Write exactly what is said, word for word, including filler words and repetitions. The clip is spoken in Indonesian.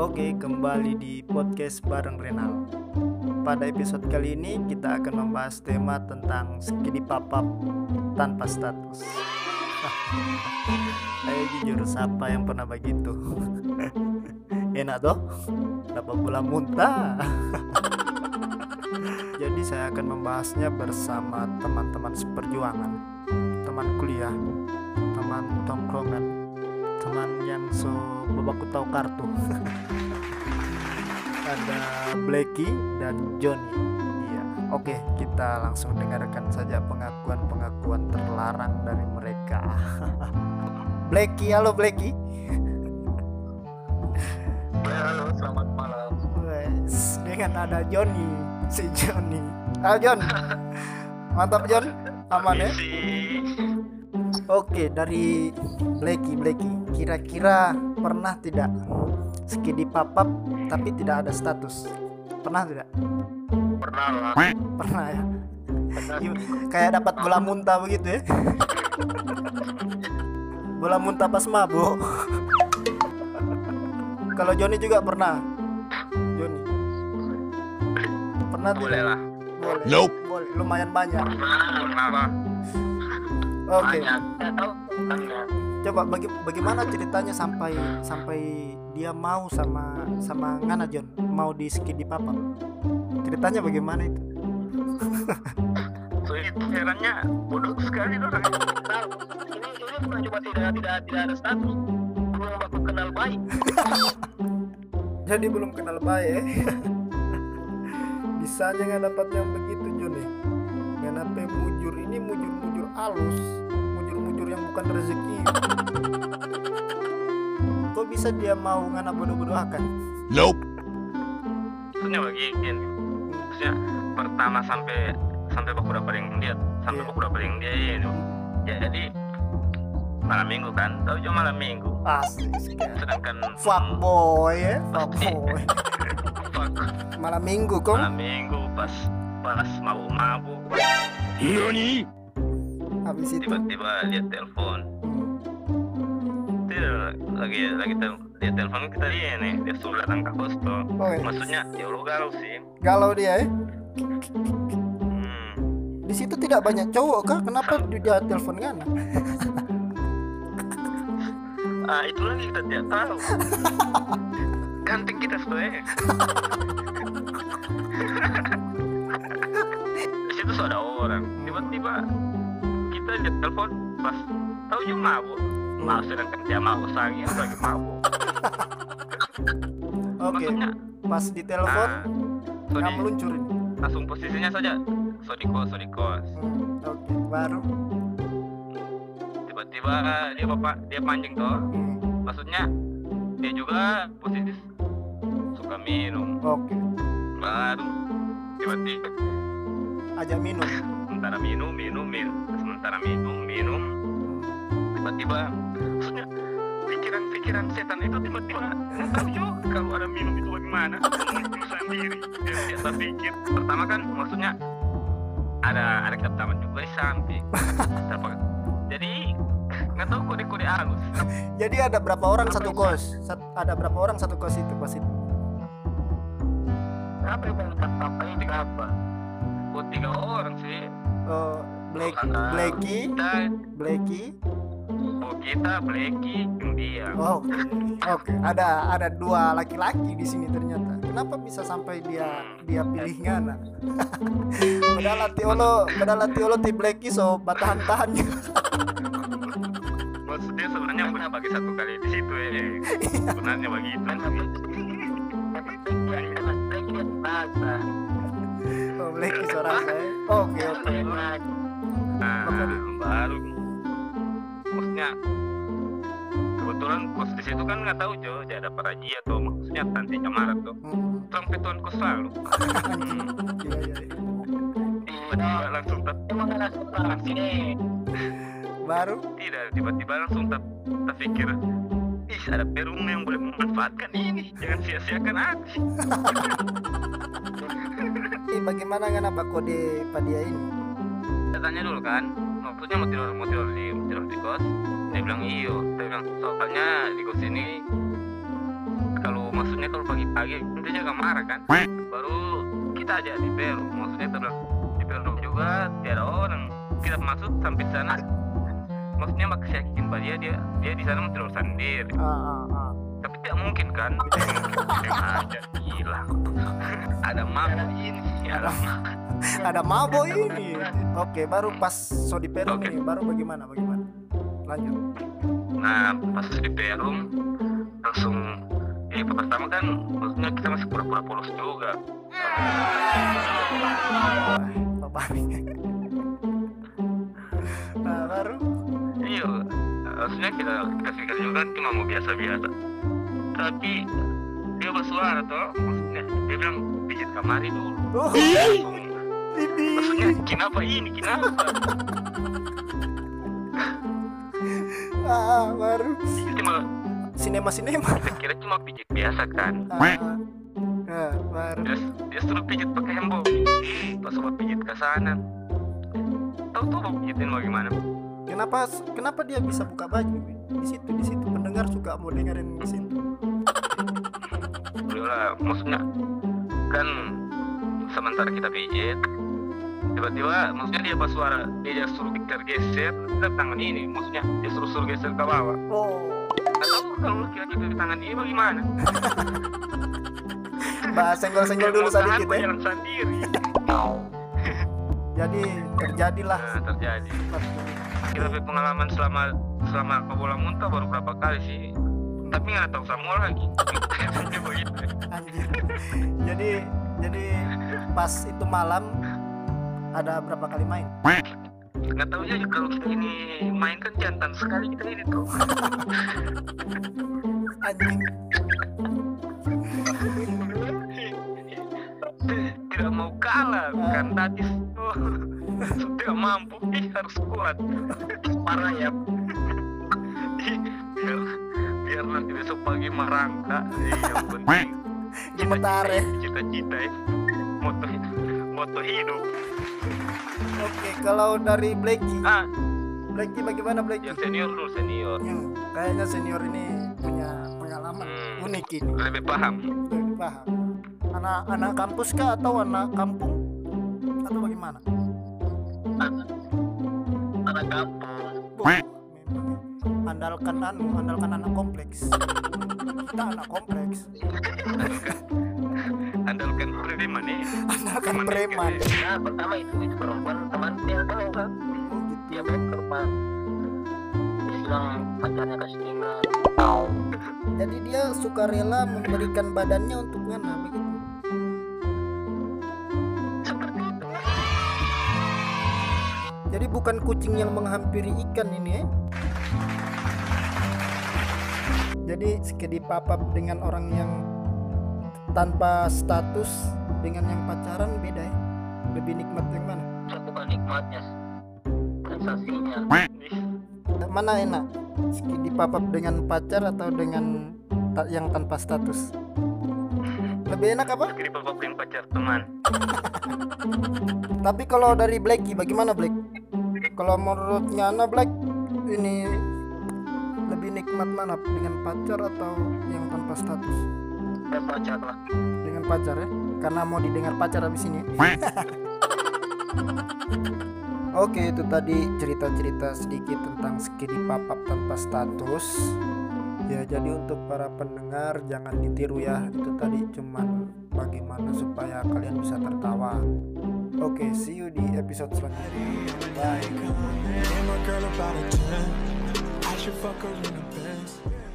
Oke, kembali di podcast bareng Renal. Pada episode kali ini kita akan membahas tema tentang skidi papap tanpa status. Ayo jujur, siapa yang pernah begitu? Enak toh? Dapat bola muntah. Jadi saya akan membahasnya bersama teman-teman seperjuangan, teman kuliah, teman tongkrongan, teman yang so babaku tahu kartu. Ada Blacky dan Johnny. Iya, oke, kita langsung dengarkan saja pengakuan-pengakuan terlarang dari mereka. Blacky, halo Blacky. Halo, selamat malam. Wes, dengan ada Johnny, si Johnny. Ah John, mantap John, aman ya? Oke, dari Blacky, Blacky, kira-kira pernah tidak skidi papap tapi tidak ada status? Pernah tidak? Pernah lah. Pernah ya? Kayak dapat bola muntah begitu ya? Bola muntah pas mabuk. Kalau Johnny juga pernah? Johnny pernah Boleh tidak? lah. Boleh. Nope. Boleh, lumayan banyak. Pernah lah. Oke. Banyak. Saya tahu banyak. Coba bagi, bagaimana ceritanya sampai sampai dia mau sama sama Ngana John, mau di skidi papap. Ceritanya bagaimana itu? So itu herannya bodoh sekali orang yang tahu. Ini ini bukan cuma tidak tidak tidak ada status, belum baku kenal baik. Jadi belum kenal baik. Bisanya nggak dapat yang begitu John ya. Kenapa mujur ini mujur-mujur halus, mujur-mujur yang bukan rezeki. Kok bisa dia mau ngana bodoh-bodoh akan? Nope. Maksudnya begini, maksudnya pertama sampai sampai baku dapat yang dia, sampai Iya. baku dapat yang dia ini. Jadi malam minggu kan, tahu juga malam minggu. Asli sekali. Sedangkan Fuckboy ya, fuckboy. fuck. Malam minggu kok. Malam minggu pas pas mabuk-mabuk Nani? Habis itu tiba-tiba lihat telepon. Tidak lagi lagi tel dia telepon kita dia nih, dia suruh datang ke kos tuh. Oh, iya. Maksudnya ya lu galau sih. galau dia ya. Hmm. Di situ tidak banyak cowok kah? Kenapa dia telepon Ngana? Ah itu lagi kita tidak tahu. Ganteng kita sebenarnya. Di situ sudah ada orang. Tiba-tiba kita lihat telepon pas tahu juga mabuk. Mau sedangkan dia mabuk sangi lagi mabuk. Oke, Maksudnya pas di telepon ah, so nggak di- meluncur ini. langsung posisinya saja so di kos so di kos. Hmm, Oke, baru. Tiba-tiba dia bapak dia pancing toh. Hmm, Maksudnya dia juga posisi suka minum. Oke, Baru tiba-tiba ajak minum. sementara minum minum minum sementara minum minum tiba-tiba maksudnya pikiran-pikiran setan itu tiba-tiba tahu juga kalau ada minum itu bagaimana muncul sendiri. Dia biasa pikir pertama kan maksudnya ada ada kitab taman juga di samping. Terpa- jadi nggak tahu kode-kode halus. Jadi ada berapa orang satu kos? Sat- ada berapa orang satu kos itu pas itu? Apa yang tempat apa ini tiga apa? Oh tiga orang sih. Oh, Black, Karena Blacky, Kita, Blacky. oh kita Blacky yang dia. Oh, oke. Ada ada dua laki-laki di sini ternyata. Kenapa bisa sampai dia dia pilih Ngana? Padahal Tiolo, padahal Tiolo ti Blacky so batahan-tahan. Maksudnya sebenarnya pernah bagi satu kali di situ ya. Sebenarnya begitu. Oh, Blacky seorang saya. Oke, oke. Nah, baru maksudnya kebetulan kos di situ kan nggak tahu Jo, dia ada paraji atau maksudnya tanti camarat tuh. Hmm, Orang petuan kos selalu. iya, iya, iya. Tiba-tiba langsung ter Baru tidak tiba-tiba langsung ter terpikir, ih ada perum yang boleh memanfaatkan ini, jangan sia-siakan aku. eh, bagaimana Ngana bakode pada ini? Saya tanya dulu kan, maksudnya mau tidur mau tidur di mau tidur di kos. Dia bilang iyo. Saya bilang soalnya di kos ini kalau maksudnya maksudnya kalau pagi-pagi dia juga marah kan. Baru kita aja di Peru, maksudnya terus di Peru juga tiada orang. Kita masuk sampai sana, maksudnya mak saya yakin bahwa dia dia dia di sana mau tidur sendiri. Ah, ah, ah. Tapi tidak mungkin kan? Yang aja gila. Ada mabuk ini, ada mabuk. Ada mabok ini. Oke, baru pas so di Peru Oke. ini, baru bagaimana bagaimana? Lanjut. Nah pas di Peru langsung eh pertama kan maksudnya kita masih pura-pura polos juga. Wah, bapak ini. Nah, baru Iya, maksudnya kita kasih kasih juga cuma mau biasa-biasa. Tapi dia bersuara toh, maksudnya dia bilang pijit kamari dulu. oh, Langsung, ini. maksudnya kenapa ini, kenapa? Ah, baru Dia cuma sinema-sinema. kita kira cuma pijit biasa kan. Ah, ah, baru Dia, dia suruh pijit pakai hembok. Pas buat pijit ke sana. Tahu tuh mau pijitin mau gimana? kenapa kenapa dia bisa buka baju Wi? Di situ di situ pendengar suka mau dengerin di situ. Udah, maksudnya kan sementara kita pijit tiba-tiba maksudnya dia pas suara dia suruh geser kita tangan ini maksudnya dia suruh suruh geser ke bawah Oh, atau kalau kira-kira di tangan ini bagaimana bahas senggol-senggol dulu Mau tahan, sedikit mau ya. jalan sendiri Jadi terjadilah nah terjadi kita punya pengalaman selama selama ke bola muntah baru berapa kali sih tapi nggak tahu semua lagi Dia begitu anjir. Jadi jadi pas itu malam ada berapa kali main? nggak tahu aja kalau kita ini main kan jantan sekali kita ini tuh Anjing. tidak mau kalah kan tadi oh, tidak mampu ih harus kuat parah ya biar biar nanti besok pagi merangkak eh, yang penting Gemetar ya. cita-cita ya moto moto hidup Oke, kalau dari Blacky, ah Blacky bagaimana Blacky? yang senior dulu senior Hmm, kayaknya senior ini punya pengalaman Hmm. unik ini. lebih paham Lebih paham. Anak anak kampus kah atau anak kampung atau bagaimana? anak kampung Boh, memang andalkan anu, andalkan anak kompleks. Kita anak kompleks, andalkan preman nih andalkan preman. nah pertama itu itu perempuan teman dia tahu kan Oh, gitu. dia bawa ke rumah dia bilang pacarnya kasih tinggal Jadi dia suka rela memberikan badannya untuk ngana begitu. seperti itu Jadi bukan kucing yang menghampiri ikan ini eh. Jadi sekedi papap dengan orang yang tanpa status dengan yang pacaran beda ya. Lebih nikmat yang mana? bukan nikmatnya sensasinya Mana enak? Sekedi papap dengan pacar atau dengan ta- yang tanpa status? Lebih enak apa? jadi bapak yang pacar teman Tapi kalau dari Blacky bagaimana Black? Kalau menurut Nyana Black ini lebih nikmat mana dengan pacar atau yang tanpa status? dan pacar lah Dengan pacar ya? Karena mau didengar pacar habis ini. Oke, itu tadi cerita-cerita sedikit tentang skedi papap tanpa status. Ya, jadi untuk para pendengar jangan ditiru ya. Itu tadi cuman bagaimana supaya kalian bisa tertawa. Oke, see you di episode selanjutnya. Bye. And my girl about a ten. I should fuck her in the Benz.